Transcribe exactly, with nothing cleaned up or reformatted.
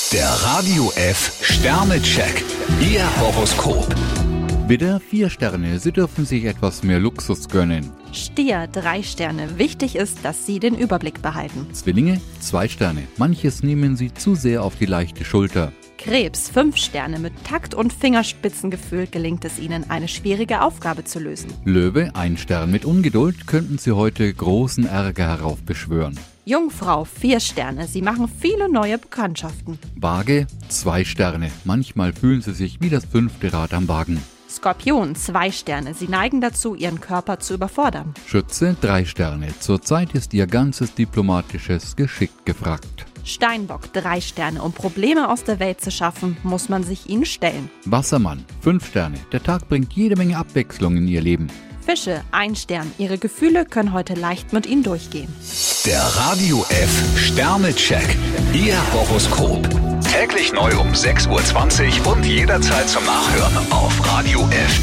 Der Radio F Sternecheck. Ihr Horoskop. Widder, vier Sterne. Sie dürfen sich etwas mehr Luxus gönnen. Stier, drei Sterne. Wichtig ist, dass Sie den Überblick behalten. Zwillinge, zwei Sterne. Manches nehmen Sie zu sehr auf die leichte Schulter. Krebs, fünf Sterne. Mit Takt und Fingerspitzengefühl gelingt es Ihnen, eine schwierige Aufgabe zu lösen. Löwe, ein Stern. Mit Ungeduld könnten Sie heute großen Ärger heraufbeschwören. Jungfrau, vier Sterne. Sie machen viele neue Bekanntschaften. Waage, zwei Sterne. Manchmal fühlen Sie sich wie das fünfte Rad am Wagen. Skorpion, zwei Sterne. Sie neigen dazu, Ihren Körper zu überfordern. Schütze, drei Sterne. Zurzeit ist Ihr ganzes diplomatisches Geschick gefragt. Steinbock, drei Sterne. Um Probleme aus der Welt zu schaffen, muss man sich ihnen stellen. Wassermann, fünf Sterne. Der Tag bringt jede Menge Abwechslung in Ihr Leben. Fische, ein Stern. Ihre Gefühle können heute leicht mit Ihnen durchgehen. Der Radio F Sternecheck. Ihr Horoskop. Täglich neu um sechs Uhr zwanzig und jederzeit zum Nachhören auf Radio F.